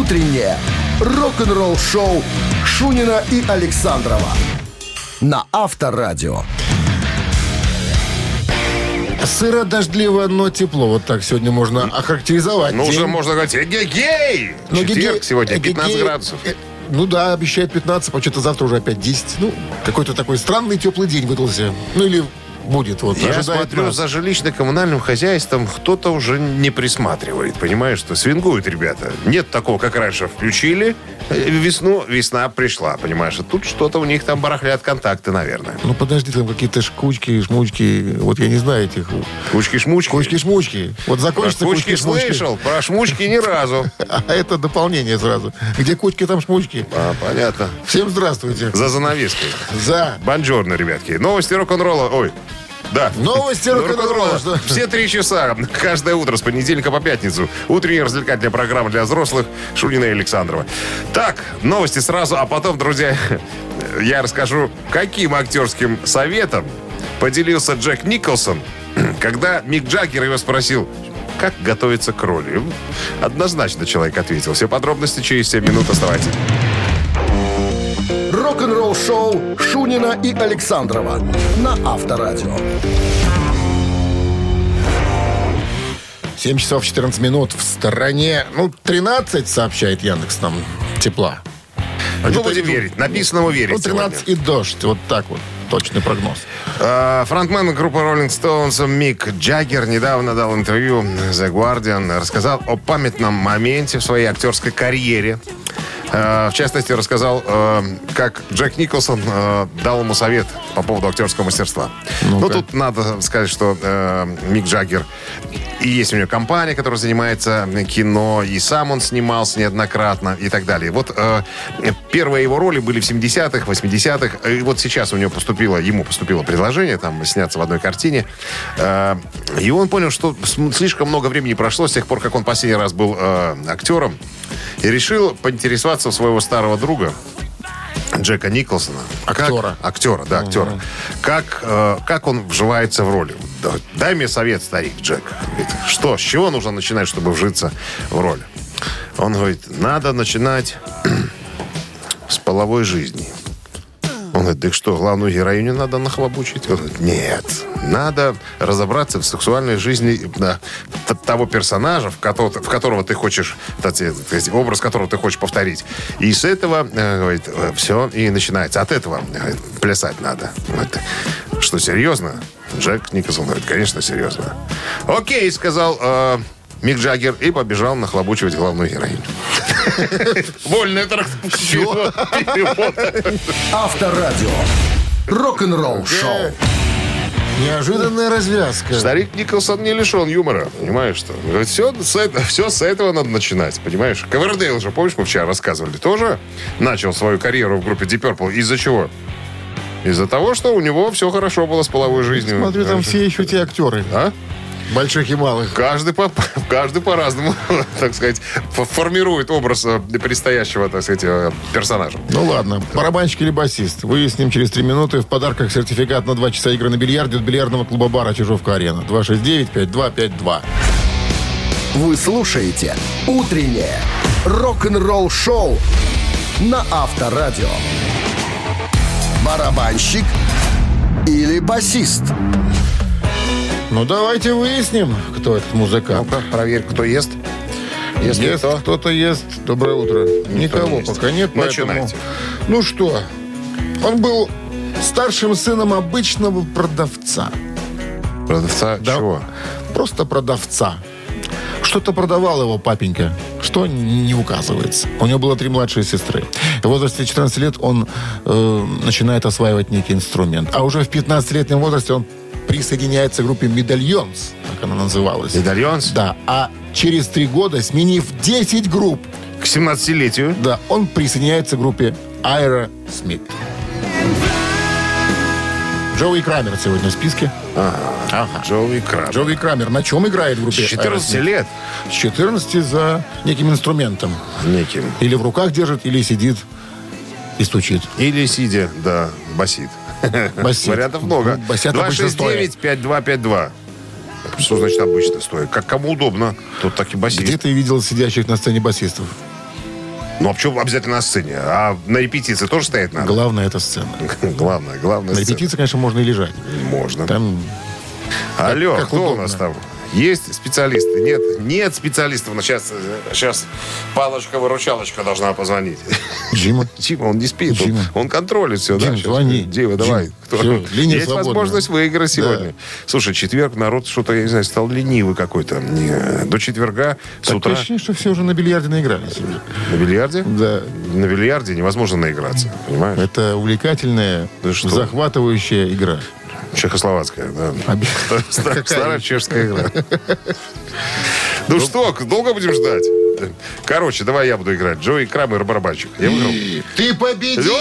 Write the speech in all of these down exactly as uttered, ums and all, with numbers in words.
Утреннее рок-н-ролл-шоу Шунина и Александрова на Авторадио. Сыро, дождливо, но тепло. Вот так сегодня можно охарактеризовать. Ну, день. уже можно говорить, эгегей! Ну, Четверг геге- сегодня, пятнадцать эгегей- градусов. э, Ну да, обещает пятнадцать, почему-то завтра уже опять десять. Ну, какой-то такой странный теплый день выдался. Ну или будет. Вот, Я ожидает смотрю, нас. за жилищно-коммунальным хозяйством кто-то уже не присматривает. Понимаешь, что свингуют ребята. Нет такого, как раньше. Включили весну, весна пришла. Понимаешь, а тут что-то у них там барахлят контакты, наверное. Ну подожди, там какие-то шкучки, шмучки. Вот я не знаю этих. Кучки-шмучки. Кучки-шмучки. Вот Про закончится кучки кучки-шмучки. слышал, про шмучки ни разу. А это дополнение сразу. Где кучки, там шмучки. А, понятно. Всем здравствуйте. За занавеской. За. Бонжорно, ребятки. Новости рок-н-ролла. Ой. Да. Новости рок-н-ролла. Что? Все три часа. Каждое утро с понедельника по пятницу. Утренняя развлекательная программа для взрослых Шунина и Александрова. Так, новости сразу, а потом, друзья, я расскажу, каким актерским советом поделился Джек Николсон, когда Мик Джаггер его спросил, как готовиться к роли. Однозначно человек ответил. Все подробности через семь минут. Оставайтесь. Рок-н-ролл-шоу Шунина и Александрова на Авторадио. семь часов четырнадцать минут в стороне. Ну, тринадцать, сообщает Яндекс нам, тепла. А Ну, где-то будем иду- верить. Написанному верить Ну, тринадцать и дождь. Вот так вот. Точный прогноз. А, Фронтмен группы Rolling Stones Мик Джаггер недавно дал интервью The Guardian. Рассказал о памятном моменте в своей актерской карьере. А, В частности, рассказал, э, как Джек Николсон э, дал ему совет по поводу актерского мастерства. Ну-ка. Ну, тут надо сказать, что э, Мик Джаггер, и есть у него компания, которая занимается кино, и сам он снимался неоднократно и так далее. Вот э, первые его роли были в семидесятых, восьмидесятых. И вот сейчас у него поступило, ему поступило предложение там сняться в одной картине. Э, и он понял, что слишком много времени прошло с тех пор, как он последний раз был э, актером. И решил поинтересоваться у своего старого друга Джека Николсона. Актера. Как, актера, да, актера. Uh-huh. Как, э, как он вживается в роли. Да, дай мне совет, старик Джек. Говорит, что, с чего нужно начинать, чтобы вжиться в роль? Он говорит, надо начинать с половой жизни. Он говорит, так что, главную героиню надо нахлобучить? Он говорит, нет, надо разобраться в сексуальной жизни да, того персонажа, в которого, в которого ты хочешь, образ которого ты хочешь повторить. И с этого, говорит, все и начинается. От этого, говорит, плясать надо. Говорит, что, серьезно? Джек Николсон говорит, конечно, серьезно. Окей, сказал э, Мик Джаггер и побежал нахлобучивать главную героиню. Вольный перевод. Авторадио. Рок-н-ролл-шоу. Неожиданная развязка. Старик Николсон не лишен юмора, понимаешь, что? Говорит, все с, этого, все с этого надо начинать, понимаешь? Ковердейл же, помнишь, мы вчера рассказывали, тоже начал свою карьеру в группе Deep Purple. Из-за чего? Из-за того, что у него все хорошо было с половой жизнью. Смотрю, там все еще те актеры. А? Больших и малых. Каждый, по, каждый по-разному, так сказать, формирует образ предстоящего, так сказать, персонажа. Ну ладно, барабанщик или басист. Выясним через три минуты. В подарках сертификат на два часа игры на бильярде от бильярдного клуба бара «Чижовка-арена». два шесть девять пять два пять два. Вы слушаете «Утреннее рок-н-ролл-шоу» на Авторадио. Барабанщик или басист? Ну, давайте выясним, кто этот музыкант. Ну-ка, проверь, кто ест. Если Ест, кто. кто-то ест. Доброе утро. Никого не ест. пока нет, поэтому... Начинайте. Ну что, он был старшим сыном обычного продавца. Продавца Да. чего? Просто продавца. Что-то продавал его папенька. Что не указывается. У него было три младшие сестры. В возрасте четырнадцати лет он э, начинает осваивать некий инструмент. А уже в пятнадцатилетнем возрасте он присоединяется к группе «Медальонс», как она называлась. Медальонс? Да. А через три года, сменив десять групп, К семнадцатилетию. да, он присоединяется к группе «Аэросмит». Джоуи Крамер сегодня в списке. Ага. Ага. Джоуи Крамер. Джоуи Крамер на чем играет в С группе четырнадцати «Аэросмит»? лет. С четырнадцати за неким инструментом. Неким. Или в руках держит, или сидит и стучит. Или сидя, да, басит. Басит. Вариантов много. Ну, басят два обычно шесть девять пять два пять два. Что значит обычно стоит? Как кому удобно, тут так и басист. Где ты видел сидящих на сцене басистов? Ну, а почему обязательно на сцене? А на репетиции тоже стоять надо? Главное, это сцена. Главное, главное. На репетиции, конечно, можно и лежать. Можно. Там... Алло, как кто удобно. у нас там? Есть специалисты? Нет, нет специалистов. Но сейчас, сейчас палочка-выручалочка должна позвонить. Джима. Джима, он не спит. Он, Джима. он контролит все. Джим, да? звони. Дима, давай. Джим. Кто? Всё, линия Есть свободна. возможность выиграть сегодня. Да. Слушай, четверг, народ что-то, я не знаю, стал ленивый какой-то. Не, До четверга с Так утра. ощущение, что все уже на бильярде наигрались. уже. На бильярде? Да. На бильярде невозможно наиграться, понимаешь? Это увлекательная, Да что? захватывающая игра. Чехословацкая, да. Оби- Старая, Какая старая еще? чешская игра. Ну что, долго будем ждать? Короче, давай я буду играть. Джои Крамер, барабанщик. Я выиграл. Ты победил!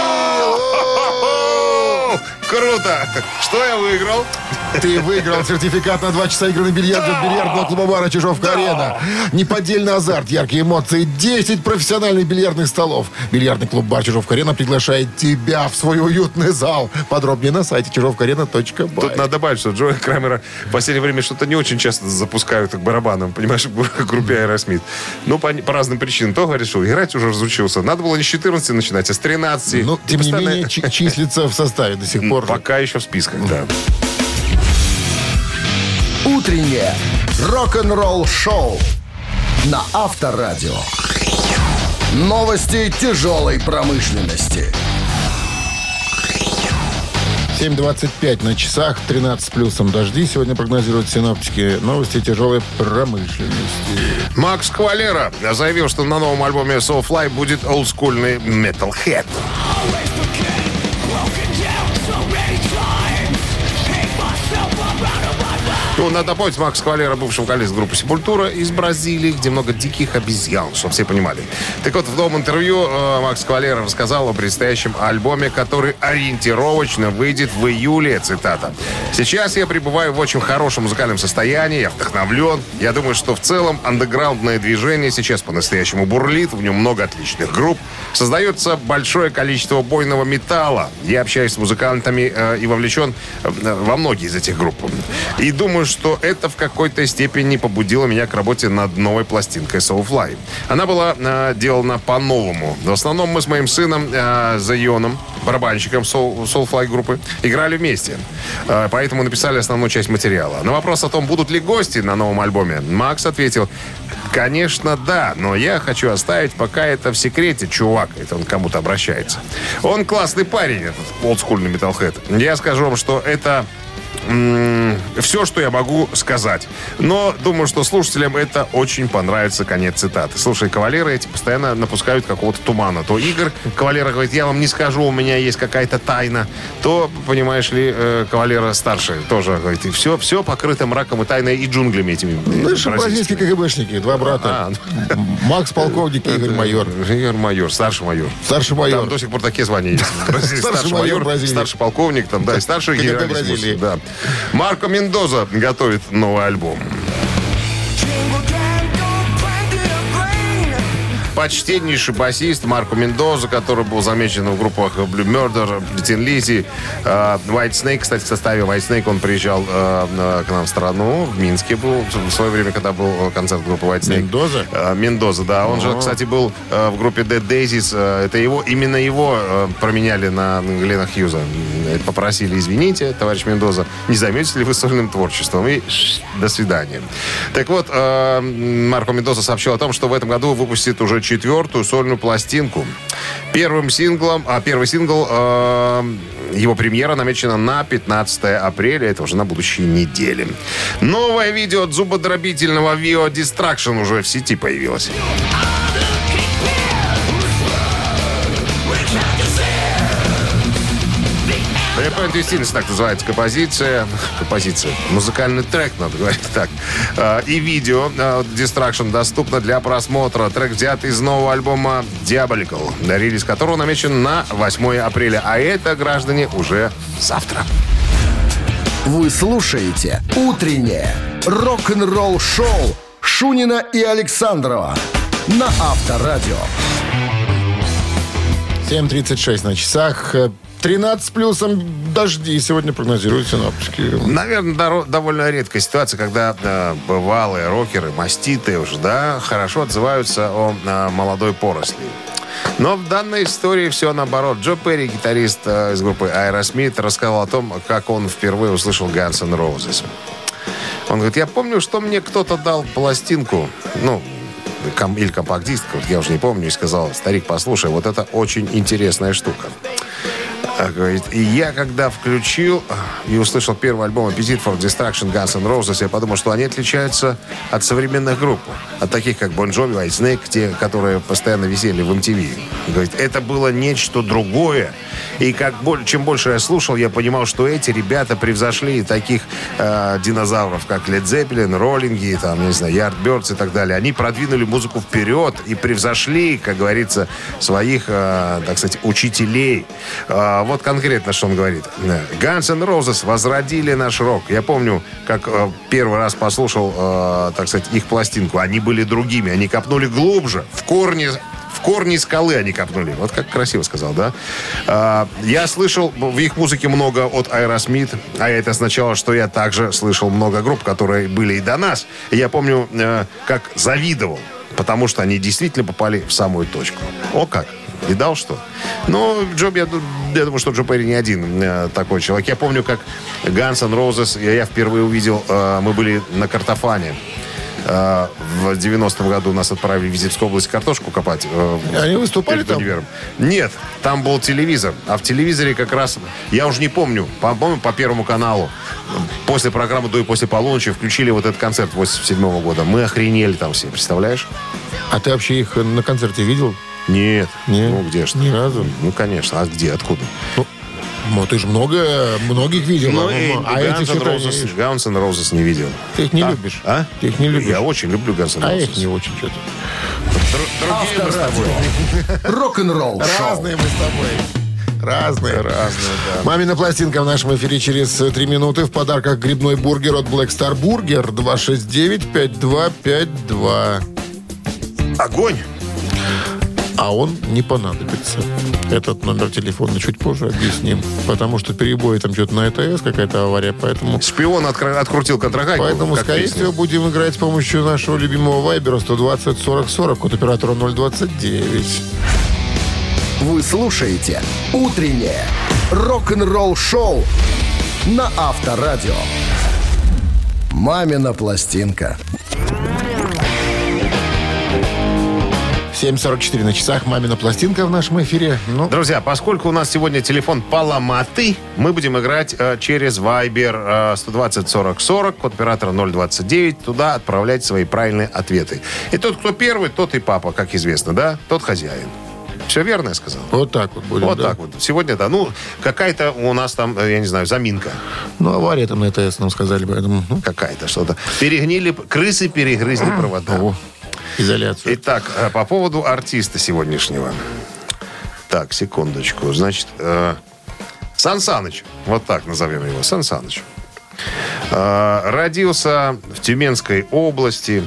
О! Круто! Что я выиграл? Ты выиграл сертификат на два часа игры на бильярде от бильярдного клуба бара Чижовка-Арена. Неподдельный азарт, яркие эмоции, десять профессиональных бильярдных столов. Бильярдный клуб бар Чижовка-Арена приглашает тебя в свой уютный зал. Подробнее на сайте чижовка арена точка бай. Тут надо добавить, что Джои Крамера в последнее время что-то не очень часто запускают к барабанам, понимаешь, в группе Аэросмит. Ну, по, по разным причинам. То, говорит, что играть уже разучился. Надо было не с четырнадцати начинать, а с тринадцати. Ну, И тем не постоянно- менее, чи- числится в составе до сих пор. Пока еще в списках, да. Утреннее рок-н-ролл-шоу на Авторадио. Новости тяжелой промышленности. семь двадцать пять на часах, тринадцать с плюсом дожди. Сегодня прогнозируют синоптики. Новости тяжелой промышленности. Макс Кавалера заявил, что на новом альбоме Soulfly будет олдскульный Metalhead. Ну, надо помнить, Макс Кавалера, бывший вокалист группы «Сепультура» из Бразилии, где много диких обезьян, чтобы все понимали. Так вот, в новом интервью э, Макс Кавалера рассказал о предстоящем альбоме, который ориентировочно выйдет в июле, цитата. «Сейчас я пребываю в очень хорошем музыкальном состоянии, я вдохновлен. Я думаю, что в целом андеграундное движение сейчас по-настоящему бурлит, в нем много отличных групп, создается большое количество бойного металла. Я общаюсь с музыкантами э, и вовлечен э, во многие из этих групп. И думаю, что это в какой-то степени побудило меня к работе над новой пластинкой Soulfly. Она была э, делана по-новому. В основном мы с моим сыном э, Зайоном, барабанщиком Soul, Soulfly группы, играли вместе. Э, поэтому написали основную часть материала. На вопрос о том, будут ли гости на новом альбоме, Макс ответил: конечно, да, но я хочу оставить пока это в секрете, чувак. Это он к кому-то обращается. Он классный парень, этот олдскульный металлхед. Я скажу вам, что это все, что я могу сказать. Но думаю, что слушателям это очень понравится. Конец цитаты. Слушай, кавалеры эти постоянно напускают какого-то тумана. То Игорь Кавалера говорит: я вам не скажу, у меня есть какая-то тайна. То, понимаешь ли, э, Кавалера старший тоже говорит: и все, все покрыто мраком и тайной, и джунглями этими. Ну, это бразильские КГБшники, два брата. А, Макс полковник и Игорь майор. Игорь майор, старший майор. Старший майор. Там до сих пор такие звания есть. Старший Старший майор майор, Бразилии. старший полковник, там, да, и старший КГБ генералиссимус. Бразилии. Да. Марко Мендоза готовит новый альбом. Почтеннейший басист Марко Мендоза, который был замечен в группах Blue Murder, Tin Lizzy, э, White Snake. Кстати, в составе White Snake он приезжал э, к нам в страну, в Минске был в свое время, когда был концерт группы White Snake. Мендоза? Э, Мендоза, да. Он же, кстати, был э, в группе Dead Daisies. Э, это его, именно его э, променяли на Глена Хьюза. Э, Попросили: извините, товарищ Мендоза, не займетесь ли вы сольным творчеством? И ш, до свидания. Так вот, э, Марко Мендоза сообщил о том, что в этом году выпустит уже четвертую сольную пластинку. Первым синглом, а первый сингл, э, его премьера намечена на пятнадцатое апреля, это уже на будущей неделе. Новое видео от зубодробительного Vio Destruction уже в сети появилось. Repent with Sins, так называется композиция. Композиция. Музыкальный трек, надо говорить так. И видео Destruction доступно для просмотра. Трек взят из нового альбома Diabolical, релиз которого намечен на восьмое апреля. А это, граждане, уже завтра. Вы слушаете «Утреннее рок-н-ролл-шоу» Шунина и Александрова на Авторадио. семь тридцать шесть на часах. тринадцать плюсом дожди сегодня прогнозируют синоптики. Наверное, доро- довольно редкая ситуация, когда э, бывалые рокеры, маститы уже, да, хорошо отзываются о э, молодой поросли. Но в данной истории все наоборот. Джо Перри, гитарист э, из группы Aerosmith, рассказал о том, как он впервые услышал Guns N' Roses. Он говорит, я помню, что мне кто-то дал пластинку, ну, ком- или компакт-диск, я уже не помню, и сказал, старик, послушай, вот это очень интересная штука. Говорит, и я, когда включил и услышал первый альбом Appetite for Destruction Guns N' Roses, я подумал, что они отличаются от современных групп, от таких, как Bon Jovi, White Snake, те, которые постоянно висели в эм ти ви. Говорит, это было нечто другое. И как, чем больше я слушал, я понимал, что эти ребята превзошли таких э, динозавров, как Led Zeppelin, Роллинги, там, не знаю, Yardbirds и так далее. Они продвинули музыку вперед и превзошли, как говорится, своих, э, так сказать, учителей. Э, вот конкретно, что он говорит. Guns N' Roses возродили наш рок. Я помню, как э, первый раз послушал, э, так сказать, их пластинку. Они были другими. Они копнули глубже, в корни... В корни скалы они копнули. Вот как красиво сказал, да? А, я слышал в их музыке много от Aerosmith, а это означало, что я также слышал много групп, которые были и до нас. И я помню, э, как завидовал, потому что они действительно попали в самую точку. О как! Видал, что? Но Джо, я, я думаю, что Джо Перри не один э, такой человек. Я помню, как Guns N' Roses я, я впервые увидел, э, мы были на Картофане. В девяностом году нас отправили в Витебскую область картошку копать. Они выступали там? Универом. Нет, там был телевизор. А в телевизоре как раз, я уже не помню, по-моему, по Первому каналу, после программы «До и после полуночи» включили вот этот концерт восемьдесят седьмого года. Мы охренели там все, представляешь? А ты вообще их на концерте видел? Нет. Нет. Ну, где ж? Ни разу? Ну, конечно. А где? Откуда? Ну, ну ты же много, многих видел. Ну, а и а Guns эти N' Roses, Guns N' Roses не видел. Ты их не а? любишь? А? Ты их не любишь? Я очень люблю Guns N' Roses. А их не очень что-то. Дру- другие мы с тобой. Рок-н-ролл шоу. Разные мы с тобой. Разные. Разные, да. Мамина пластинка в нашем эфире через три минуты. В подарках грибной бургер от Black Star Burger. два шесть девять пять два пять два. Огонь! А он не понадобится. Этот номер телефона чуть позже объясним. Потому что перебои там что-то на ЭТС, какая-то авария. Поэтому, Шпион откр- открутил контрагайку. поэтому как скорее песня. всего, будем играть с помощью нашего любимого вайбера сто двадцать сорок сорок, код оператора ноль двадцать девять. Вы слушаете «Утреннее рок-н-ролл-шоу» на Авторадио. «Мамина пластинка». семь сорок четыре на часах. Мамина пластинка в нашем эфире. Ну, Друзья, поскольку у нас сегодня телефон поломатый, мы будем играть э, через Viber э, сто двадцать сорок сорок, код оператора ноль двадцать девять. Туда отправлять свои правильные ответы. И тот, кто первый, тот и папа, как известно, да? Тот хозяин. Все верно я сказал? вот так вот будем. Вот да? так вот. Сегодня, да. Ну, какая-то у нас там, э, я не знаю, заминка. Ну, авария там на ЭТС нам сказали, поэтому... ну, Какая-то что-то. Перегнили, крысы перегрызли провода. О, изоляцию. Итак, э, по поводу артиста сегодняшнего. Так, секундочку. Значит, э, Сан Саныч. Вот так назовем его. Сан Саныч. Э, родился в Тюменской области,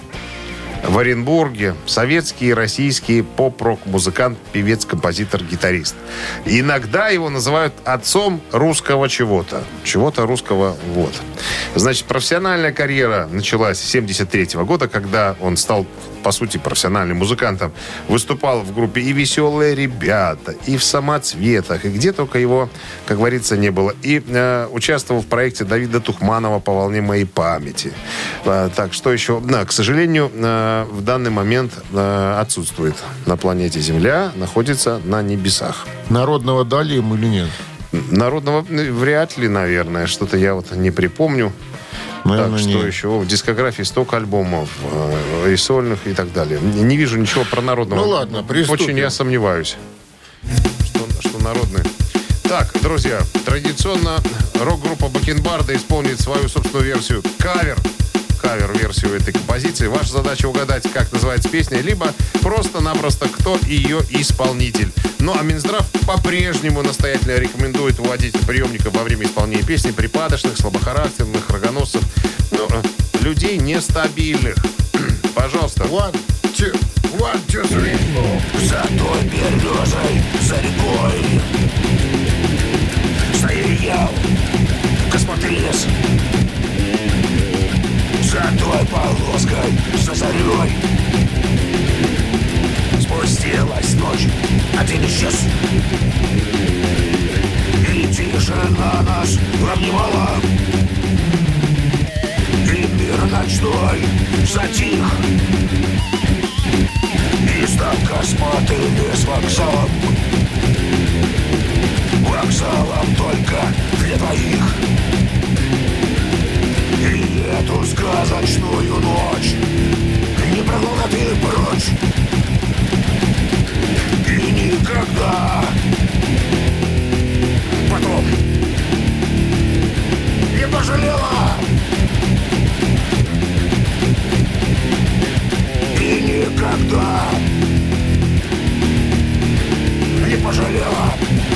в Оренбурге. Советский и российский поп-рок-музыкант, певец, композитор, гитарист. Иногда его называют отцом русского чего-то. Чего-то русского, вот. Значит, профессиональная карьера началась с семьдесят третьего года, когда он стал, по сути, профессиональным музыкантом. Выступал в группе и «Веселые ребята», и в «Самоцветах», и где только его, как говорится, не было. И э, участвовал в проекте Давида Тухманова «По волне моей памяти». Э, так, что еще? Да, к сожалению, э, в данный момент э, отсутствует на планете Земля, находится на небесах. Народного дали ему или нет? Народного вряд ли, наверное. Что-то я вот не припомню. Наверное, так, что нет. еще? В дискографии столько альбомов э, и сольных, и так далее. Не, не вижу ничего про народного. Ну ладно, приступим. Очень я сомневаюсь, что, что народный. Так, друзья, традиционно рок-группа Бакенбарда исполнит свою собственную версию кавер. Кавер-версию этой композиции. Ваша задача угадать, как называется песня, либо просто-напросто, кто ее исполнитель. Ну, а Минздрав по-прежнему настоятельно рекомендует уводить приемников во время исполнения песни припадочных, слабохарактерных, рогоносцев, ну, людей нестабильных. Пожалуйста. One, two, one, two, three. За той березой, за рекой стоял косматый лес. За той полоской, за зарей спустилась ночь, один исчез. И тишина нас обнимала, и мир ночной затих. И стал косматый лес вокзалом, вокзалом только для двоих. И эту сказочную ночь не прогнала ты прочь. И никогда потом не пожалела. И никогда не пожалела.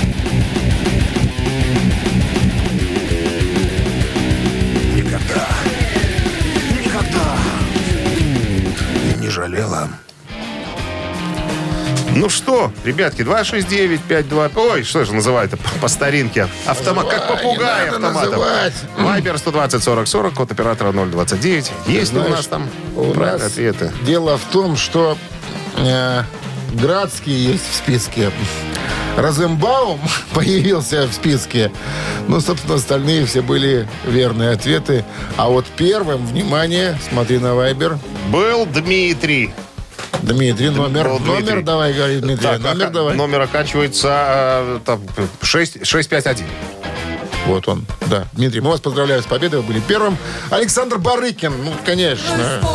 Никогда, никогда не жалела. Ну что, ребятки, два шесть девять пять два... Ой, что же называют по, по старинке? Автомат, как попугай автоматом. Вайбер сто двадцать сорок сорок, код оператора ноль двадцать девять. Есть ли у нас там у нас ответы? Дело в том, что э, Градский есть в списке. Розенбаум появился в списке. Ну, собственно, остальные все были верные ответы. А вот первым, внимание, смотри на Вайбер. Был Дмитрий. Дмитрий, номер. Был Дмитрий. Номер давай, говори, Дмитрий. Так, номер а, давай. Номер оканчивается э, там, шесть пять один. Вот он, да. Дмитрий, мы вас поздравляем с победой. Вы были первым. Александр Барыкин, ну, конечно.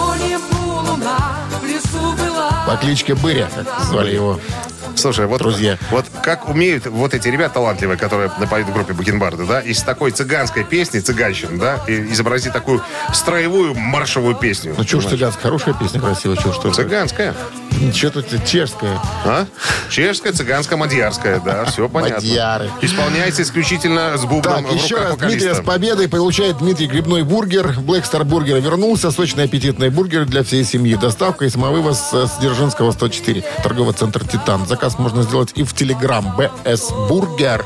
По кличке Быря, как звали его. Слушай, вот, друзья. Вот как умеют вот эти ребята талантливые, которые напоют в группе Бакенбарды, да, из такой цыганской песни, цыганщины, да, и изобразить такую строевую маршевую песню. Ну, чего ж цыганская? Хорошая песня, красивая, чего что? Цыганская. Что тут чешская? А? Чешская, цыганская, мадьярская, да, все понятно. Мадьяры. Исполняется исключительно с бубном Так, в еще руках раз Дмитрий вокалиста. с победой получает Дмитрий грибной бургер. Black Star Burger вернулся. Сочный аппетитный бургер для всей семьи. Доставка и самовывоз с Дзержинского сто четыре. Торговый центр «Титан». Заказ можно сделать и в Телеграм. БС Бургер.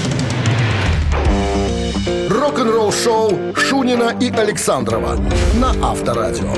Рок-н-ролл шоу Шунина и Александрова на Авторадио.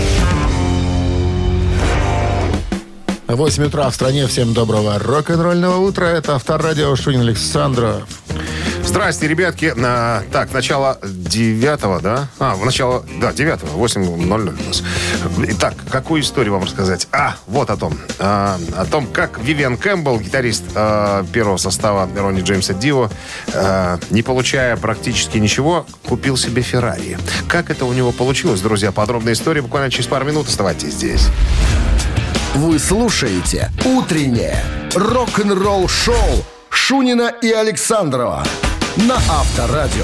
восемь утра в стране. Всем доброго рок-н-ролльного утра. Это Авторадио, Шунин, Александров. Здрасте, ребятки. На, так, начало девятого, да? А, в начало, да, девятого, восемь ноль ноль у нас. Итак, какую историю вам рассказать? А, вот о том. А, о том, как Вивиан Кэмпбелл, гитарист а, первого состава Ронни Джеймса Дио, а, не получая практически ничего, купил себе Феррари. Как это у него получилось, друзья? Подробная история буквально через пару минут. Оставайтесь здесь. Вы слушаете «Утреннее рок-н-ролл-шоу» Шунина и Александрова на Авторадио.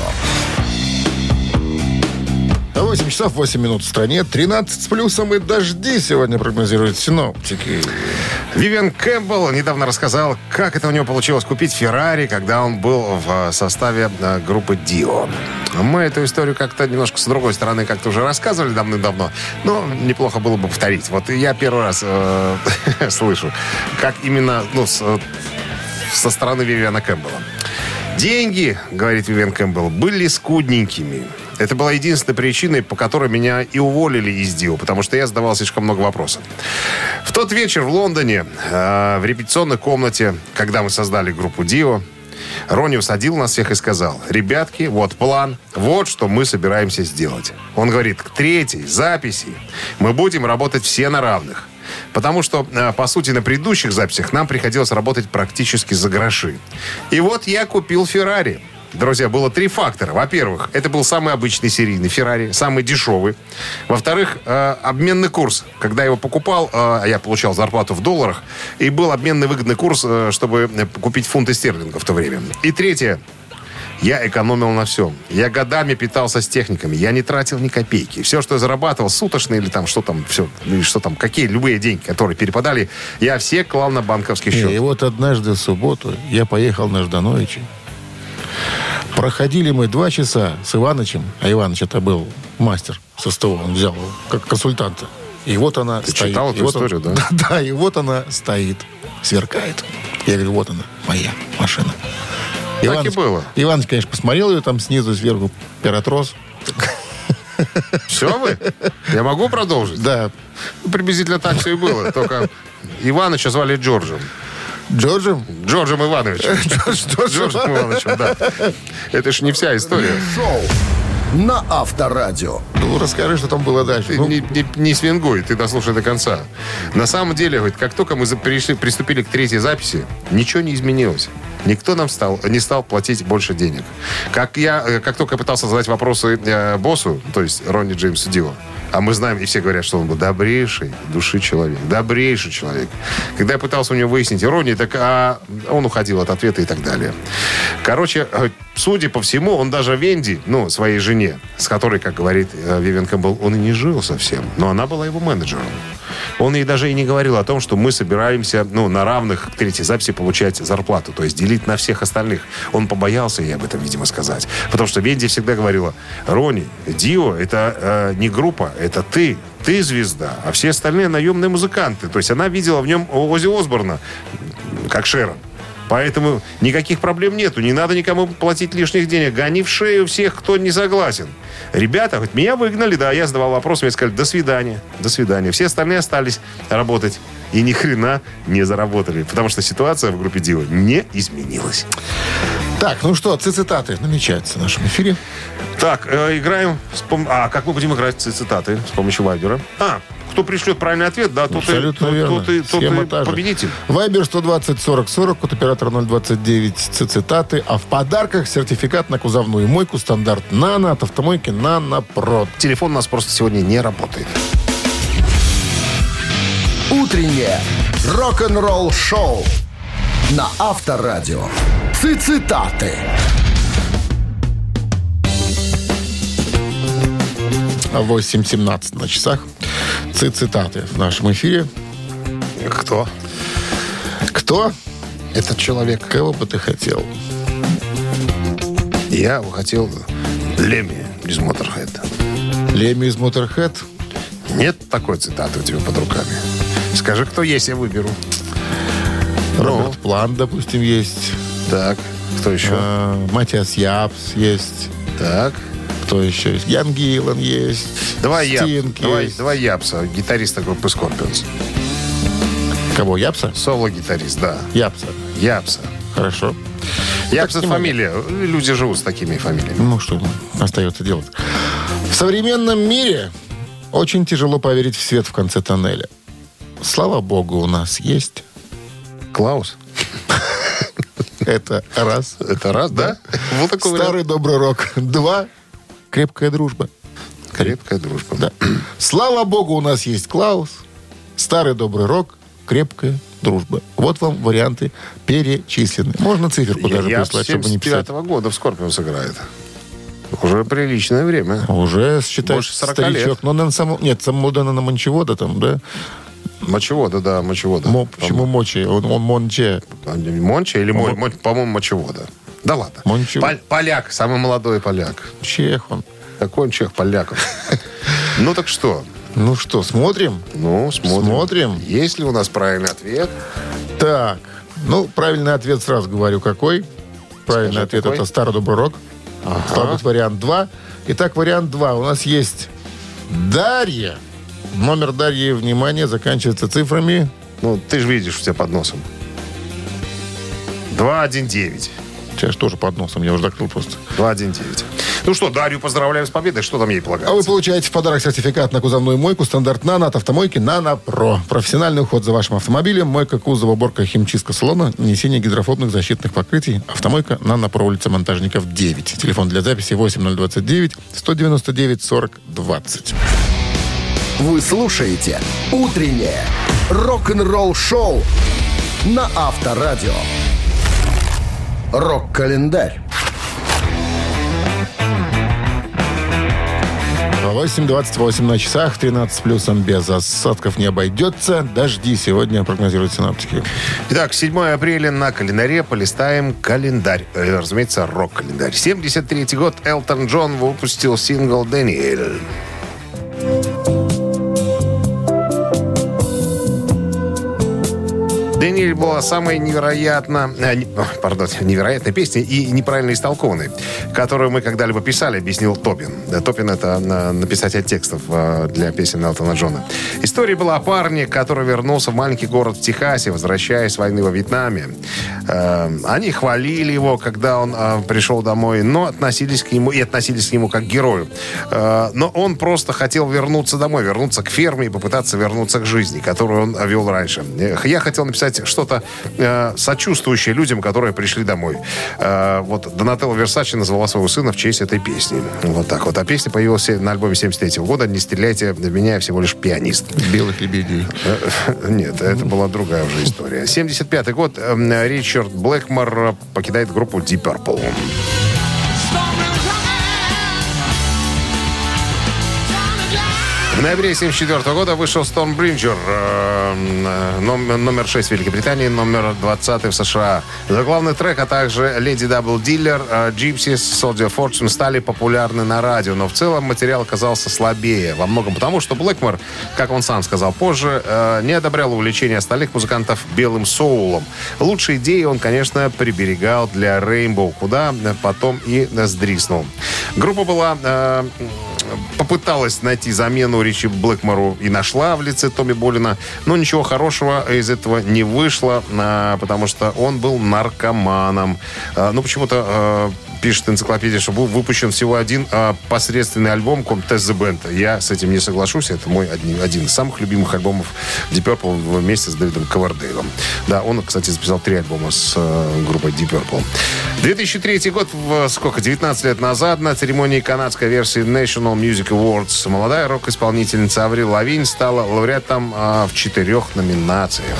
восемь часов восемь минут в стране. тринадцать с плюсом и дожди сегодня прогнозируют синоптики. Вивиан Кэмпбелл недавно рассказал, как это у него получилось купить Феррари, когда он был в составе группы Дио. Мы эту историю как-то немножко с другой стороны как-то уже рассказывали давным-давно, но неплохо было бы повторить. Вот я первый раз э, слышу, как именно ну, с, со стороны Вивиана Кэмпбелла. Деньги, говорит Вивиан Кэмпбелл, были скудненькими. Это была единственной причиной, по которой меня и уволили из Дио, потому что я задавал слишком много вопросов. В тот вечер в Лондоне, э, в репетиционной комнате, когда мы создали группу Дио, Ронни усадил нас всех и сказал: ребятки, вот план, вот что мы собираемся сделать. Он говорит, к третьей записи мы будем работать все на равных. Потому что, по сути, на предыдущих записях нам приходилось работать практически за гроши. И вот я купил Феррари. Друзья, было три фактора. Во-первых, это был самый обычный серийный Феррари, самый дешевый. Во-вторых, э, обменный курс. Когда я его покупал, э, я получал зарплату в долларах, и был обменный выгодный курс, э, чтобы купить фунты стерлингов в то время. И третье. Я экономил на всем. Я годами питался с техниками. Я не тратил ни копейки. Все, что я зарабатывал, суточные или там, что там, все, или что там, какие, любые деньги, которые перепадали, я все клал на банковский счет. И вот однажды в субботу я поехал на Ждановича. Проходили мы два часа с Иванычем, а Иваныч это был мастер со СТО, он взял его как консультанта. И вот она Ты стоит. читал эту и вот историю, он, да? Да, и вот она стоит, сверкает. Я говорю, вот она, моя машина. Так и было. Иваныч, конечно, посмотрел ее там снизу, сверху, перотрос. Все вы? Я могу продолжить? Да. Приблизительно так все и было. Только Иваныча звали Джорджем. Джорджем? Джорджем Ивановичем. Джорджем Ивановичем, да. Это ж не вся история. Шоу на Авторадио. Ну, расскажи, что там было дальше. Ты Ну, не, не, не свингуй, ты дослушай до конца. На самом деле, говорит, как только мы за- пришли, приступили к третьей записи, ничего не изменилось. Никто нам стал, не стал платить больше денег. Как, я, э, как только я пытался задать вопросы э, боссу, то есть Ронни Джеймсу Дио, а мы знаем, и все говорят, что он был добрейший души человек. Добрейший человек. Когда я пытался у него выяснить, Ронни, так а он уходил от ответа и так далее. Короче, э, судя по всему, он даже Венди, ну, своей жене, с которой, как говорит э, Вивиан Кэмпбелл, он и не жил совсем, но она была его менеджером. Он ей даже и не говорил о том, что мы собираемся, ну, на равных к третьей записи получать зарплату, то есть делить на всех остальных. Он побоялся ей об этом, видимо, сказать. Потому что Венди всегда говорила: Ронни, Дио — это э, не группа, это ты. Ты звезда, а все остальные наемные музыканты. То есть она видела в нем Оззи Осборна, как Шерон. Поэтому никаких проблем нету. Не надо никому платить лишних денег. Гони в шею всех, кто не согласен. Ребята, хоть меня выгнали, да, я задавал вопрос, мне сказали: до свидания, до свидания. Все остальные остались работать и ни хрена не заработали. Потому что ситуация в группе Дио не изменилась. Так, ну что, цитаты намечаются в нашем эфире. Так, э, играем. С пом- А, как мы будем играть цитаты? С помощью вайбера. А, кто пришлет правильный ответ, да, тот и, Абсолютно тот, верно. тот и, тот Схема и та же. победитель. Вайбер сто двадцать сорок сорок, код оператора ноль двадцать девять, цитаты. А в подарках сертификат на кузовную мойку стандарт «Нано» от автомойки «Нано Про». Телефон у нас просто сегодня не работает. Утреннее рок-н-ролл-шоу на Авторадио. Цитаты. восемь семнадцать на часах. Цитаты в нашем эфире. Кто? Кто? Этот человек. Кого бы ты хотел? Я хотел Лемми из Motorhead. Лемми из Motorhead? Нет такой цитаты у тебя под руками. Скажи, кто есть, я выберу. Роберт Плант, допустим, есть. Так, кто еще? А, Матиас Япс есть. Так. Кто еще есть? Ян Гиллан есть. Давай Япс. Стинг Давай, есть. давай Япса, гитариста группы Scorpions. Кого? Япса? Соло-гитарист, да. Япса. Япса. Хорошо. Япс — так это не могу. фамилия. Люди живут с такими фамилиями. Ну, что остается делать? В современном мире очень тяжело поверить в свет в конце тоннеля. Слава богу, у нас есть. Клаус. Это раз. Это раз, да? Вот такой вариант. Старый добрый рок. Два. Крепкая дружба. Крепкая дружба. Да. Слава богу, у нас есть Клаус. Старый добрый рок. Крепкая дружба. Вот вам варианты перечислены. Можно циферку даже Я прислать, с чтобы не семьдесят писать. девятого года в Скорпион играет. Уже приличное время. Уже, считай, Больше сорока старичок. лет. Но, наверное, сам... Нет, сам Модена на Мончевода там, да? Мочевода, да, мочевода. Мо... Почему Мочи? Он, он Монче. Монча или, Мо- Мо- по-моему, мочевода. Да ладно. Мончевод. Пол- поляк, самый молодой поляк. Чех он. Какой он чех, поляков. Ну так что? Ну что, смотрим? Ну, смотрим. Смотрим. Есть ли у нас правильный ответ? Так, ну, правильный ответ сразу говорю, какой. Правильный Скажи, ответ какой? это старый добрый рок. Стал быть, вариант два. Итак, вариант два. У нас есть Дарья. Номер Дарьи, внимание, заканчивается цифрами. Ну, ты же видишь у тебя под носом. два один девять. Сейчас тоже под носом, я уже закрыл просто. два один девять. Ну что, Дарью поздравляем с победой. Что там ей А вы полагается? получаете в подарок сертификат на кузовную мойку стандарт «Нано» от автомойки «Нано Про». Профессиональный уход за вашим автомобилем, мойка кузова, уборка, химчистка салона, нанесение гидрофобных защитных покрытий. Автомойка «Нано Про», улица Монтажников, девять. Телефон для записи восемь ноль двадцать девять сто девяносто девять сорок двадцать. Вы слушаете «Утреннее рок-н-ролл-шоу» на Авторадио. Рок-календарь. восемь двадцать восемь на часах, тринадцать плюсом без осадков не обойдется. Дожди сегодня прогнозируют синаптики. Итак, седьмое апреля на календаре. Полистаем календарь. Э, Разумеется, рок-календарь. семьдесят третий год. Элтон Джон выпустил сингл «Дэниэль». Даниэль была самой невероятно, а, не, пардон, невероятной песней и неправильно истолкованной, которую мы когда-либо писали, объяснил Топин. Топин — это написатель текстов для песен Элтона Джона. История была о парне, который вернулся в маленький город в Техасе, возвращаясь с войны во Вьетнаме. Они хвалили его, когда он пришел домой, но относились к нему и относились к нему как к герою. Но он просто хотел вернуться домой, вернуться к ферме и попытаться вернуться к жизни, которую он вел раньше. Я хотел написать что-то э, сочувствующее людям, которые пришли домой. Э, вот Донателло Версаче назвала своего сына в честь этой песни. Вот так вот. А песня появилась на альбоме семьдесят третьего года «Не стреляйте в меня, я всего лишь пианист». «Белых лебедей». Нет, это была другая уже история. семьдесят пятый год. Ричард Блэкмор покидает группу Deep Purple. В ноябре семьдесят четвёртого года вышел Stormbreaker, э, номер шесть в Великобритании, номер двадцатый в США. Заглавный трек, а также Lady Double Dealer, э, Gypsies, Soldier Fortune стали популярны на радио, но в целом материал оказался слабее. Во многом потому, что Блэкмор, как он сам сказал позже, э, не одобрял увлечение остальных музыкантов белым соулом. Лучшие идеи он, конечно, приберегал для Rainbow, куда потом и сдриснул. Группа была... Э, попыталась найти замену Ричи Блэкмору и нашла в лице Томми Болина, но ничего хорошего из этого не вышло, потому что он был наркоманом. Ну, почему-то пишет энциклопедия, что был выпущен всего один посредственный альбом Comtesse the Band. Я с этим не соглашусь. Это мой один, один из самых любимых альбомов Deep Purple вместе с Дэвидом Ковердейлом. Да, он, кстати, записал три альбома с э, группой Deep Purple. две тысячи третий год, в, сколько, девятнадцать лет назад, на церемонии канадской версии National Music Awards молодая рок-исполнительница Аврил Лавинь стала лауреатом э, в четырех номинациях.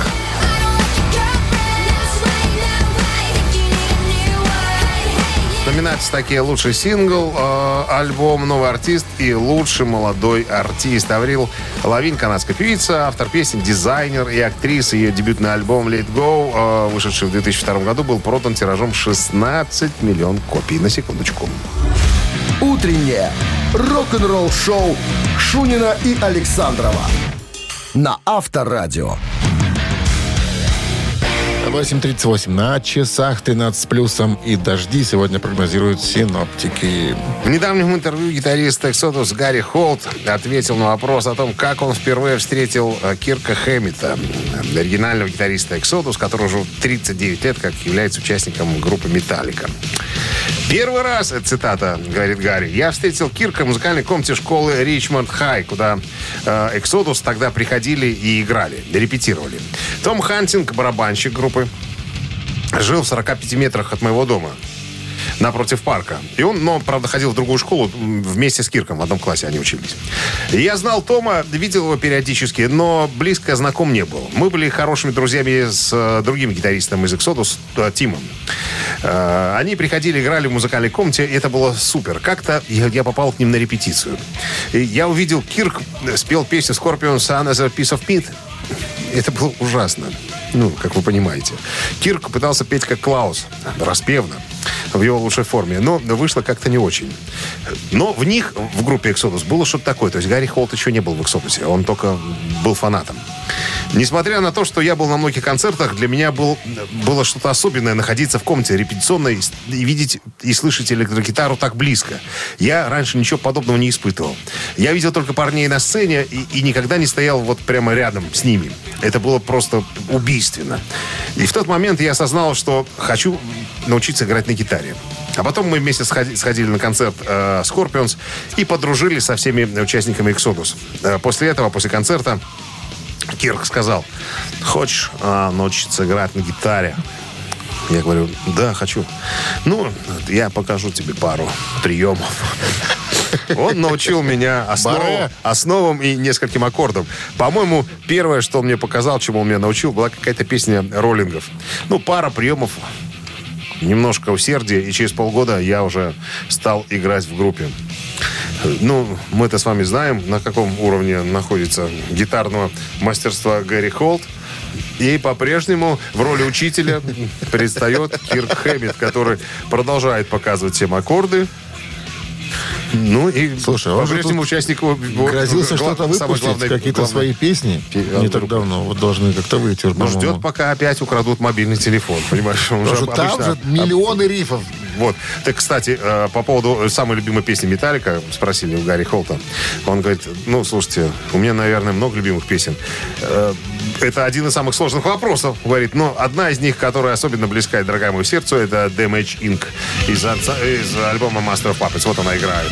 Номинации такие: лучший сингл, э, альбом, новый артист и лучший молодой артист. Аврил Лавинь, канадская певица, автор песен, дизайнер и актриса. Ее дебютный альбом «Let Go», э, вышедший в две тысячи втором году, был продан тиражом шестнадцать миллионов копий. На секундочку. Утреннее рок-н-ролл-шоу Шунина и Александрова на Авторадио. восемь тридцать восемь на часах, тринадцать с плюсом и дожди сегодня прогнозируют синоптики. В недавнем интервью гитарист Exodus Гарри Холт ответил на вопрос о том, как он впервые встретил Кирка Хэммита, оригинального гитариста Exodus, который уже тридцать девять лет как является участником группы Metallica. Первый раз, это цитата, говорит Гарри, я встретил Кирка в музыкальной комнате школы Ричмонд Хай, куда э, Exodus тогда приходили и играли, репетировали. Том Хантинг, барабанщик группы, жил в сорока пяти метрах от моего дома, напротив парка. И он, но, правда, ходил в другую школу вместе с Кирком. В одном классе они учились. И я знал Тома, видел его периодически, но близко знаком не был. Мы были хорошими друзьями с э, другим гитаристом из Exodus, э, Тимом. Э, они приходили, играли в музыкальной комнате, и это было супер. Как-то я, я попал к ним на репетицию. И я увидел, Кирк спел песню Scorpions Another Piece of Meat. Это было ужасно. Ну, как вы понимаете. Кирк пытался петь как Клаус, распевно, в его лучшей форме, но вышло как-то не очень. Но в них, в группе Exodus, было что-то такое. То есть Гарри Холт еще не был в Exodus, он только был фанатом. Несмотря на то, что я был на многих концертах, для меня был, было что-то особенное находиться в комнате репетиционной и видеть и слышать электрогитару так близко. Я раньше ничего подобного не испытывал. Я видел только парней на сцене и, и никогда не стоял вот прямо рядом с ними. Это было просто убийственно. И в тот момент я осознал, что хочу научиться играть на гитаре. А потом мы вместе сходили на концерт э, Scorpions и подружились со всеми участниками Exodus. Э, после этого, после концерта, Кирк сказал: хочешь а, научиться играть на гитаре? Я говорю: да, хочу. Ну, я покажу тебе пару приемов. Он научил меня основам, основам и нескольким аккордам. По-моему, первое, что он мне показал, чему он меня научил, была какая-то песня роллингов. Ну, пара приемов, немножко усердия, и через полгода я уже стал играть в группе. Ну, мы-то с вами знаем, на каком уровне находится гитарного мастерства Гарри Холт. И по-прежнему в роли учителя предстает Кирк Хэммит, который продолжает показывать всем аккорды. Ну и Слушай, он же по-прежнему тут участник... грозился гла- что-то самой выпустить, главной- какие-то главной- свои песни. Пе- Не так группы. давно. Вот должны как-то выйти. Ну, по-моему. ждет, пока опять украдут мобильный телефон. Понимаешь, он Потому же что там обычно- же миллионы рифов. Вот. Так, кстати, э, по поводу самой любимой песни Металлика, спросили у Гарри Холта. Он говорит, ну, слушайте, у меня, наверное, много любимых песен. Э, Это один из самых сложных вопросов, говорит. Но одна из них, которая особенно близка и дорога моему сердцу, это Damage инк из, отца- из альбома Master of Puppets. Вот она играет.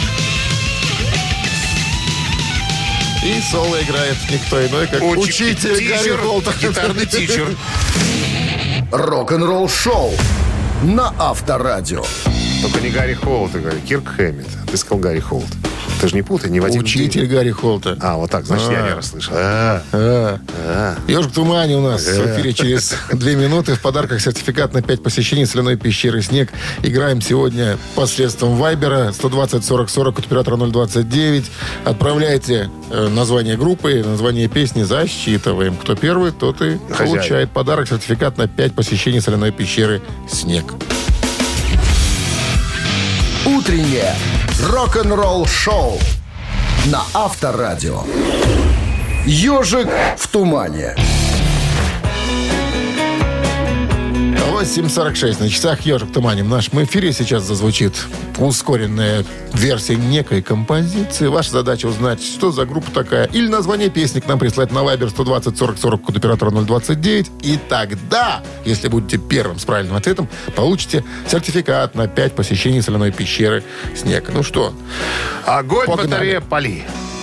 И соло играет никто иной, как Учи- учитель Гарри тичер, Холта. гитарный тичер. Рок-н-ролл шоу на Авторадио. Только не Гарри Холт, а Гарри Кирк Хэммит. Ты сказал Гарри Холт. Ты же не путай, не в один Учитель день. Гарри Холта. А, вот так, значит, я А. не расслышал. А, А. а. «Ежик в тумане» у нас в эфире через две минуты. В подарках сертификат на пять посещений соляной пещеры «Снег». Играем сегодня посредством Вайбера. сто двадцать сорок сорок от оператора ноль двадцать девять. Отправляйте э, название группы, название песни, засчитываем. Кто первый, тот и Хозяин. получает подарок. Сертификат на пять посещений соляной пещеры «Снег». Утреннее рок-н-ролл шоу на Авторадио. «Ежик в тумане». восемь сорок шесть на часах. «Ежик в тумане». В нашем эфире сейчас зазвучит ускоренная версия некой композиции. Ваша задача узнать, что за группа такая. Или название песни к нам прислать на Viber сто двадцать сорок сорок код оператора ноль двадцать девять. И тогда, если будете первым с правильным ответом, получите сертификат на пять посещений соляной пещеры «Снег». Ну что, Огонь, Погнали. батарея, пали.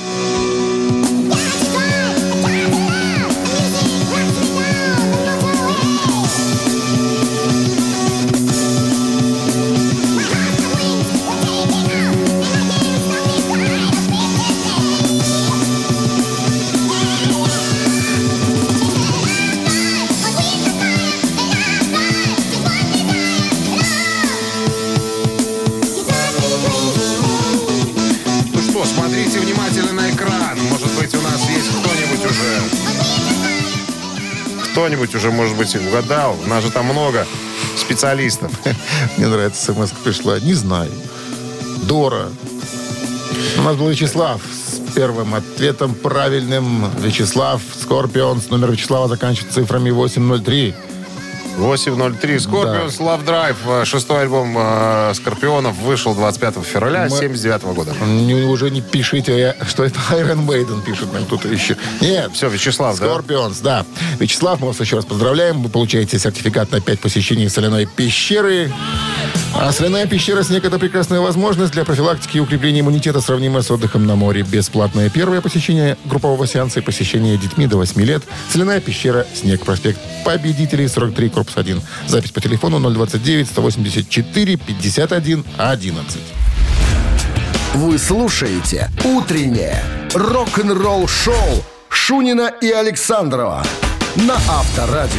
Ну что, смотрите внимательно на экран. Может быть, у нас есть кто-нибудь уже. Кто-нибудь уже, может быть, угадал. У нас же там много специалистов. мне нравится, смс пришла. Не знаю. Дора. У нас был Вячеслав с первым ответом правильным. Вячеслав, Скорпионс. Номер Вячеслава заканчивается цифрами восемь ноль три. восемь ноль три. Scorpions Love Drive. Шестой альбом э, Скорпионов вышел двадцать пятого февраля Мы- семьдесят девятого года. Не, уже не пишите, что это Iron Maiden, пишет нам кто-то еще. Нет, Все, Вячеслав, да? Scorpions, да. Вячеслав, мы вас еще раз поздравляем. Вы получаете сертификат на пять посещений соляной пещеры. А соляная пещера «Снег» — это прекрасная возможность для профилактики и укрепления иммунитета, сравнимая с отдыхом на море. Бесплатное первое посещение группового сеанса и посещение детьми до восьми лет. Соляная пещера «Снег», проспект Победителей, сорок три, корпус один. Запись по телефону ноль двадцать девять сто восемьдесят четыре пятьдесят один одиннадцать. Вы слушаете «Утреннее рок-н-ролл-шоу» Шунина и Александрова на Авторадио.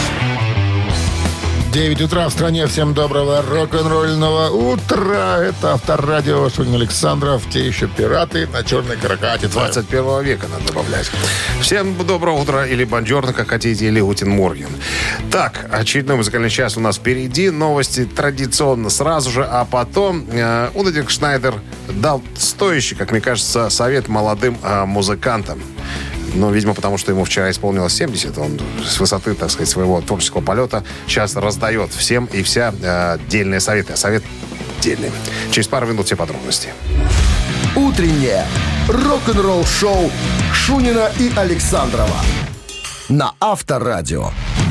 девять утра в стране. Всем доброго рок-н-ролльного утра. Это Авторадио, Шунин, Александров. Те еще пираты на черной каракате. двадцать первого века надо добавлять. Всем доброго утра, или бонжорно, как хотите, или гутен морген. Так, очередной музыкальный час у нас впереди. Новости традиционно сразу же, а потом э, Улдик Шнайдер дал стоящий, как мне кажется, совет молодым э, музыкантам. Ну, видимо, потому что ему вчера исполнилось семьдесят. Он с высоты, так сказать, своего творческого полета сейчас раздает всем и вся э, дельные советы. А совет дельный. Через пару минут все подробности. Утреннее рок-н-ролл-шоу Шунина и Александрова на Авторадио.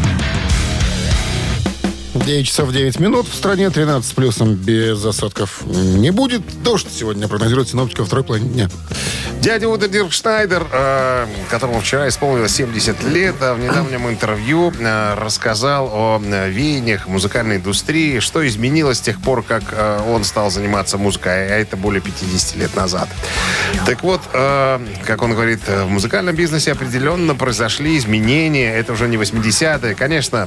девять часов девять минут. В стране тринадцать с плюсом без осадков не будет. Дождь сегодня прогнозирует синоптика второй половине дня. Дядя Уда Дирк Шнайдер, э, которому вчера исполнилось семьдесят лет, а в недавнем интервью э, рассказал о э, веяниях музыкальной индустрии, что изменилось с тех пор, как э, он стал заниматься музыкой, а это более пятьдесят лет назад. Так вот, э, как он говорит, в музыкальном бизнесе определенно произошли изменения. Это уже не восьмидесятые. Конечно,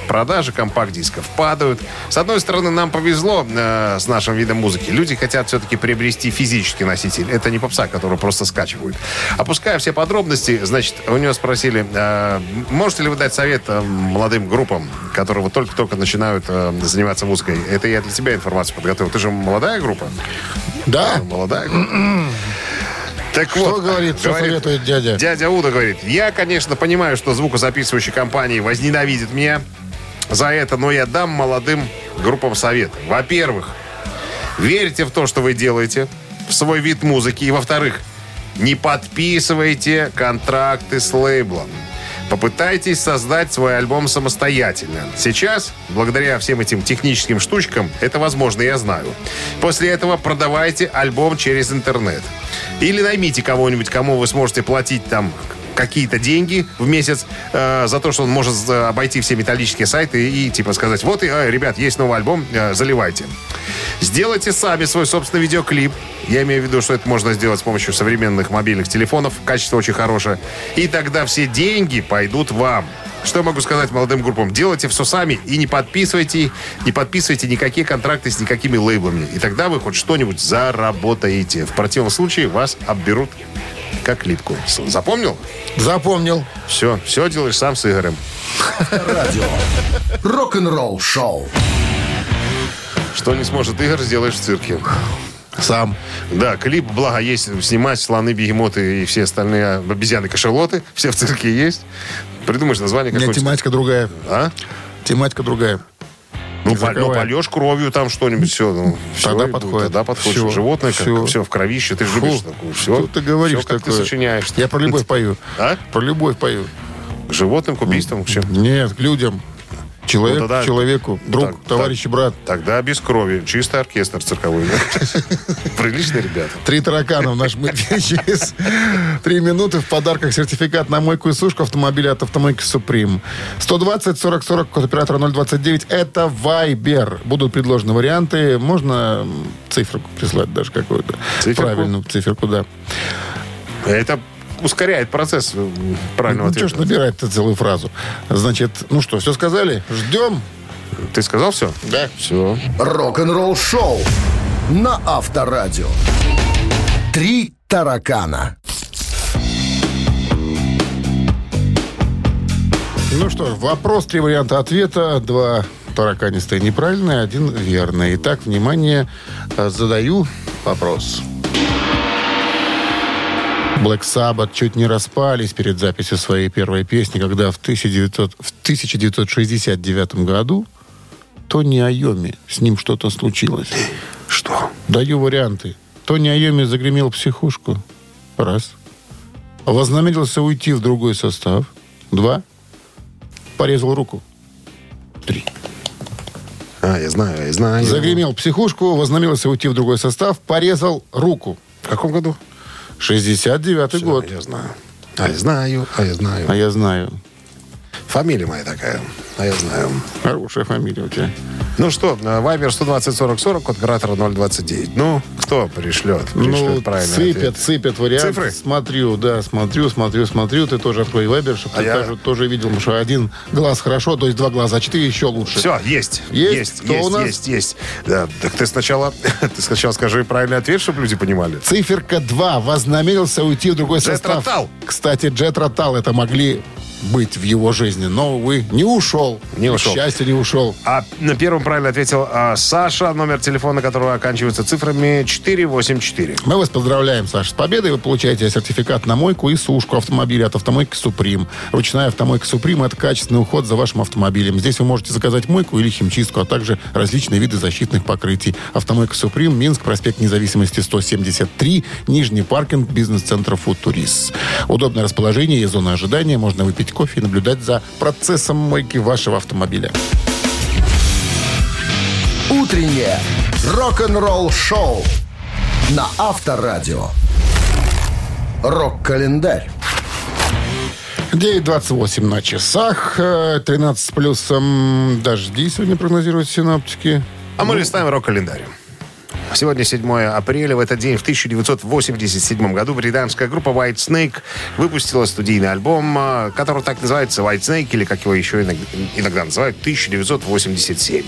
Продажи компакт-дисков падают. С одной стороны, нам повезло э, с нашим видом музыки. Люди хотят все-таки приобрести физический носитель. Это не попса, которую просто скачивают. Опуская все подробности, значит, у него спросили, э, можете ли вы дать совет э, молодым группам, которые вот только-только начинают э, заниматься музыкой? Это я для тебя информацию подготовил. Ты же молодая группа? Да. Да, молодая группа. Так Что вот, говорит, что говорит, советует дядя? Дядя Уда говорит, я, конечно, понимаю, что звукозаписывающие компании возненавидят меня за это, но я дам молодым группам совет. Во-первых, верьте в то, что вы делаете, в свой вид музыки. И, во-вторых, не подписывайте контракты с лейблом. Попытайтесь создать свой альбом самостоятельно. Сейчас, благодаря всем этим техническим штучкам, это возможно, я знаю. После этого продавайте альбом через интернет. Или наймите кого-нибудь, кому вы сможете платить там какие-то деньги в месяц э, за то, что он может э, обойти все металлические сайты и, типа сказать, вот, э, ребят, есть новый альбом, э, заливайте. Сделайте сами свой собственный видеоклип. Я имею в виду, что это можно сделать с помощью современных мобильных телефонов. Качество очень хорошее. И тогда все деньги пойдут вам. Что я могу сказать молодым группам? Делайте все сами и не подписывайте, не подписывайте никакие контракты с никакими лейблами. И тогда вы хоть что-нибудь заработаете. В противном случае вас обберут как липку. Запомнил? Запомнил. Все, все делаешь сам с Игорем. Радио. Рок-н-ролл шоу. Что не сможет Игорь, сделаешь в цирке. Сам. Да, клип, благо, есть снимать слоны, бегемоты и все остальные обезьяны-кашалоты. Все в цирке есть. Придумаешь название какое-нибудь. Нет, тематика другая. А? Тематика другая. Ну, по, ну, польешь кровью там что-нибудь, все. Ну, тогда все, подходит. Тогда подходит. Все, Животное, все. как все в кровище. Ты же любишь такую. Все. Что ты говоришь все, как такое? ты сочиняешь. Я про любовь пою. А? Про любовь пою. К животным, к убийствам, к чем? Нет, к людям. Человек Ну, тогда- к человеку. Друг, Так, товарищ и брат. Тогда без крови. Чистый оркестр цирковой. Приличные ребята. Три таракана в нашем эфире через три минуты. В подарках сертификат на мойку и сушку автомобиля от автомойки «Суприм». сто двадцать сорок сорок, код оператора ноль двадцать девять. Это Вайбер. Будут предложены варианты. Можно циферку прислать даже какую-то. Циферку? Правильную циферку, да. Это ускоряет процесс правильного Ну, что ж ответа. набирать-то целую фразу. Значит, ну что, все сказали? Ждем. Ты сказал все? Да. Все. Рок-н-ролл шоу на Авторадио. Три таракана. Ну что ж, вопрос, три варианта ответа. Два тараканистые неправильные, один верный. Итак, внимание, задаю вопрос. Black Sabbath чуть не распались перед записью своей первой песни, когда в, тысяча девятьсот, в тысяча девятьсот шестьдесят девятом году Тони Айоми, с ним что-то случилось. Что? Даю варианты. Тони Айоми загремел в психушку. Раз. Вознамерился уйти в другой состав. Два. Порезал руку. Три. А, я знаю, я знаю. Загремел в психушку, вознамерился уйти в другой состав, порезал руку. В каком году? шестьдесят девятый Всё, год. Я знаю. А я знаю, а я знаю. А я знаю. Фамилия моя такая. А я знаю. Хорошая фамилия у тебя. Ну что, Вайбер сто двадцать сорок сорок, код оператора ноль двадцать девять. Ну, кто пришлет? Ну, Пришлет правильный сыпят, ответ. сыпят варианты. Цифры? Смотрю, да, смотрю, смотрю, смотрю. Ты тоже открой Вайбер, чтобы А ты я- тоже, тоже видел, что один глаз хорошо, то есть два глаза, а четыре еще лучше. Все, есть. Есть? Есть, Кто есть, у нас? есть, есть. Да, так ты сначала, ты сначала скажи правильный ответ, чтобы люди понимали. Циферка два. Вознамерился уйти в другой Джет состав. Ротал. Кстати, Джет Ротал это могли быть в его жизни, но, увы, не ушел. Не ушел. К счастью, не ушел. А на первом правильно ответил а, Саша, номер телефона которого оканчивается цифрами четыре восемь четыре. Мы вас поздравляем, Саша, с победой. Вы получаете сертификат на мойку и сушку автомобиля от автомойки «Суприм». Ручная автомойка «Суприм» — это качественный уход за вашим автомобилем. Здесь вы можете заказать мойку или химчистку, а также различные виды защитных покрытий. Автомойка «Суприм», Минск, проспект Независимости сто семьдесят три, Нижний паркинг, бизнес-центр «Футурист». Удобное расположение и зона ожидания. Можно выпить кофе и наблюдать за процессом мойки вашего автомобиля. Утреннее рок-н-ролл-шоу на Авторадио. Рок-календарь. девять двадцать восемь на часах. э, тринадцать с плюсом дожди сегодня прогнозируют синоптики. А мы листаем рок-календарь. Сегодня седьмое апреля. В этот день, в тысяча девятьсот восемьдесят седьмом году, британская группа White Snake выпустила студийный альбом, который так называется White Snake, или как его еще иногда, иногда называют, тысяча девятьсот восемьдесят семь.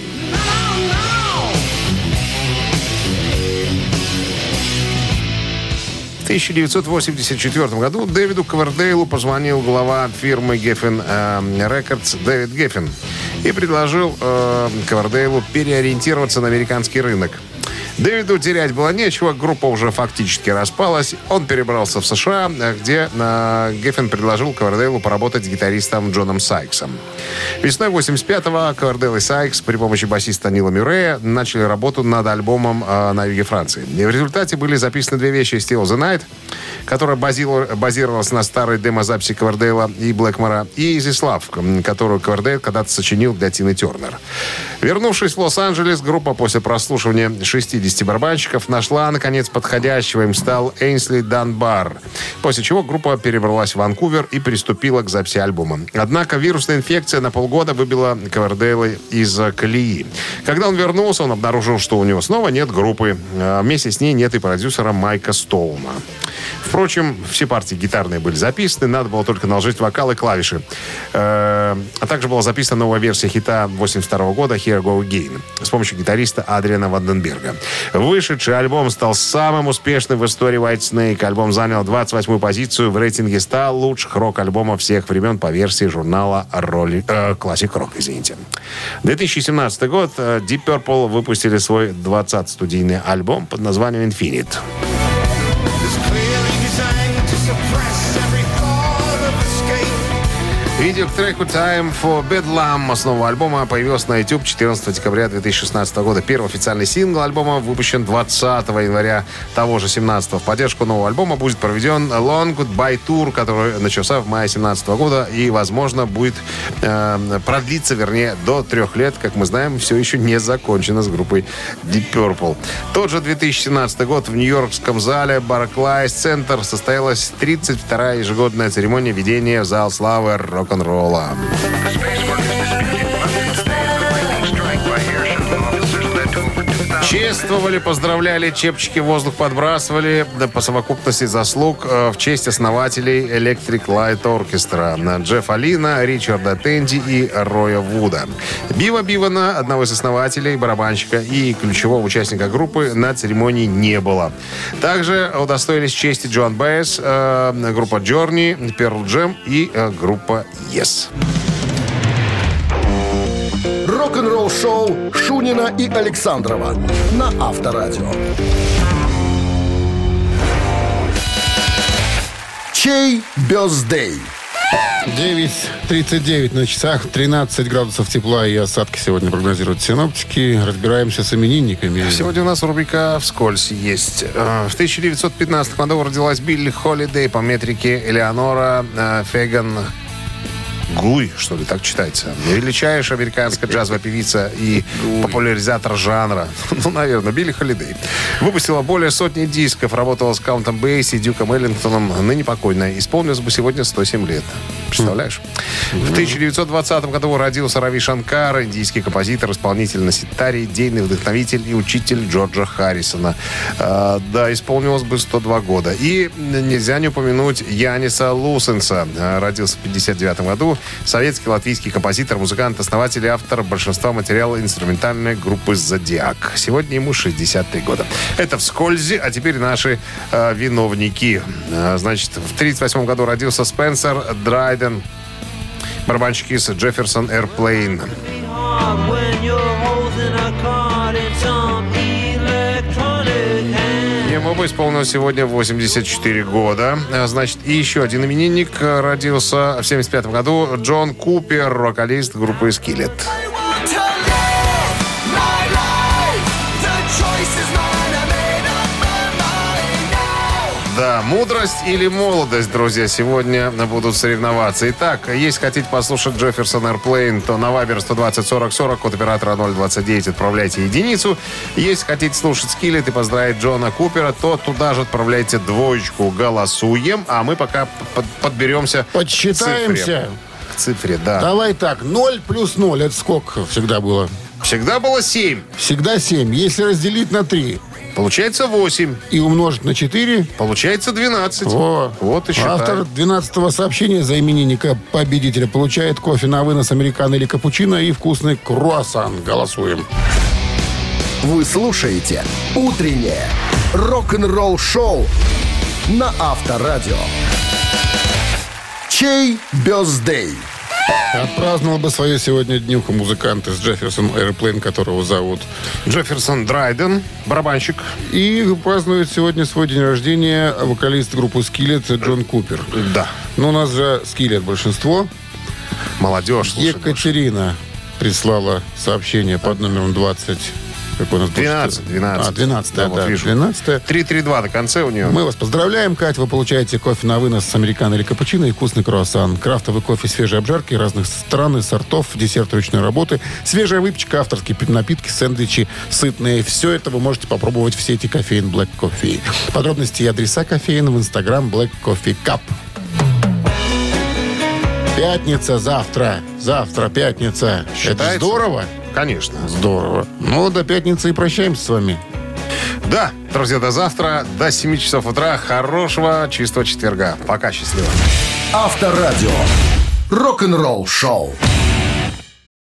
В тысяча девятьсот восемьдесят четвёртом году Дэвиду Ковердейлу позвонил глава фирмы Geffen э, Records Дэвид Геффен и предложил э, Ковердейлу переориентироваться на американский рынок. Дэвиду терять было нечего, группа уже фактически распалась. Он перебрался в США, где э, Геффен предложил Ковердейлу поработать с гитаристом Джоном Сайксом. Весной восемьдесят пятого Ковердейл и Сайкс при помощи басиста Нила Мюррея начали работу над альбомом э, на юге Франции. И в результате были записаны две вещи: «Still the Night», которая базировалась на старой демозаписи Ковердейла и Блэкмора, и «This Love», которую Ковердейл когда-то сочинил для Тины Тернер. Вернувшись в Лос-Анджелес, группа после прослушивания шестидесяти барабанщиков нашла, наконец, подходящего. Им стал Эйнсли Данбар. После чего группа перебралась в Ванкувер и приступила к записи альбома. Однако вирусная инфекция на полгода выбила Ковердейла из колеи. Когда он вернулся, он обнаружил, что у него снова нет группы. А вместе с ней нет и продюсера Майка Стоуна. Впрочем, все партии гитарные были записаны, надо было только наложить вокал и клавиши. А также была записана новая версия хита восемьдесят второго года «Here I Go Again» с помощью гитариста Адриана Ванденберга. Вышедший альбом стал самым успешным в истории White Snake. Альбом занял двадцать восьмую позицию в рейтинге ста лучших рок-альбомов всех времен по версии журнала Rolling, э, Classic Rock, извините. две тысячи семнадцатый год Deep Purple выпустили свой двадцатый студийный альбом под названием «Infinite». Видео к треку «Time for Bedlam» с нового альбома появилось на YouTube четырнадцатого декабря две тысячи шестнадцатого года. Первый официальный сингл альбома выпущен двадцатого января того же семнадцатого. В поддержку нового альбома будет проведен Long Goodbye Tour, который начался в мае семнадцатого года и, возможно, будет э, продлиться, вернее, до трех лет. Как мы знаем, все еще не закончено с группой Deep Purple. Тот же две тысячи семнадцатый год в нью-йоркском зале Barclays Center состоялась тридцать вторая ежегодная церемония введения в зал славы рок-н-ролла. Чествовали, поздравляли, чепчики в воздух подбрасывали, да, по совокупности заслуг э, в честь основателей Electric Light Orchestra Джеффа Лина, Ричарда Тенди и Роя Вуда. Бива Бивана, одного из основателей, барабанщика и ключевого участника группы, на церемонии не было. Также удостоились чести Джон Бэйс, э, группа Journey, Pearl Jam и э, группа Yes. Рок-н-ролл-шоу Шунина и Александрова на Авторадио. Чей бёздей? девять тридцать девять на часах, тринадцать градусов тепла и осадки сегодня прогнозируют синоптики. Разбираемся с именинниками. Сегодня у нас рубрика «Вскользь» есть. В тысяча девятьсот пятнадцатом году родилась Билли Холидей по метрике Элеонора Феган Гуй, что ли, так читается. Величайшая американская джазовая певица и популяризатор жанра. Ну, наверное, Билли Холидей. Выпустила более сотни дисков, работала с Каунтом Бейси, Дюком Эллингтоном, ныне покойная. Исполнилось бы сегодня сто семь лет. Представляешь? Mm-hmm. В тысяча девятьсот двадцатом году родился Рави Шанкар, индийский композитор, исполнитель на ситаре, идейный вдохновитель и учитель Джорджа Харрисона. А, да, исполнилось бы сто два года. И нельзя не упомянуть Яниса Лусенса. Родился в пятьдесят девятом году. Советский, латвийский композитор, музыкант, основатель и автор большинства материала инструментальной группы «Зодиак». Сегодня ему шестьдесят три года. Это вскользь, а теперь наши э, виновники. Э, значит, в тридцать восьмом году родился Спенсер Драйден, барабанщик из Jefferson Airplane. Ему бы исполнилось сегодня восемьдесят четыре года. Значит, и еще один именинник родился в семьдесят пятом году. Джон Купер, вокалист группы «Скиллет». Да, мудрость или молодость, друзья, сегодня будут соревноваться. Итак, если хотите послушать Jefferson Airplane, то на Viber сто двадцать сорок сорок, код оператора ноль двадцать девять, отправляйте единицу. Если хотите слушать Скиллет и поздравить Джона Купера, то туда же отправляйте двоечку. Голосуем, а мы пока под- подберемся Подсчитаемся. к цифре. К цифре, да. Давай так, ноль плюс ноль, это сколько всегда было? Всегда было семь. Всегда семь. Если разделить на три, Получается восемь. И умножить на четыре. Получается двенадцать. Во. Вот и считай. Автор двенадцатого сообщения за именинника победителя получает кофе на вынос, американо или капучино и вкусный круассан. Голосуем. Вы слушаете «Утреннее рок-н-ролл-шоу» на Авторадио. Чей бёздей? Отпраздновал бы свою сегодня днюху музыкант из Джефферсон Airplane, которого зовут Джефферсон Драйден, барабанщик. И празднует сегодня свой день рождения вокалист группы Skillet Джон Купер. Да. Но у нас же Skillet большинство. Молодежь. Слушай, Екатерина прислала сообщение под номером двадцать. Какой у нас двенадцать, двенадцать. А, двенадцать, да, вот да, вижу. двенадцать. три три два на конце у нее. Мы вас поздравляем, Кать. Вы получаете кофе на вынос с американо или капучино и вкусный круассан. Крафтовый кофе свежей обжарки разных стран и сортов, десерт ручной работы, свежая выпечка, авторские напитки, сэндвичи сытные. Все это вы можете попробовать в сети кофеин Black Coffee. Подробности и адреса кофеина в инстаграм Black Coffee Cup. Пятница завтра. Завтра пятница. Считается? Это здорово. Конечно. Здорово. Ну, до пятницы и прощаемся с вами. Да, друзья, до завтра, до семи часов утра. Хорошего чистого четверга. Пока, счастливо. Авторадио. Рок-н-ролл-шоу.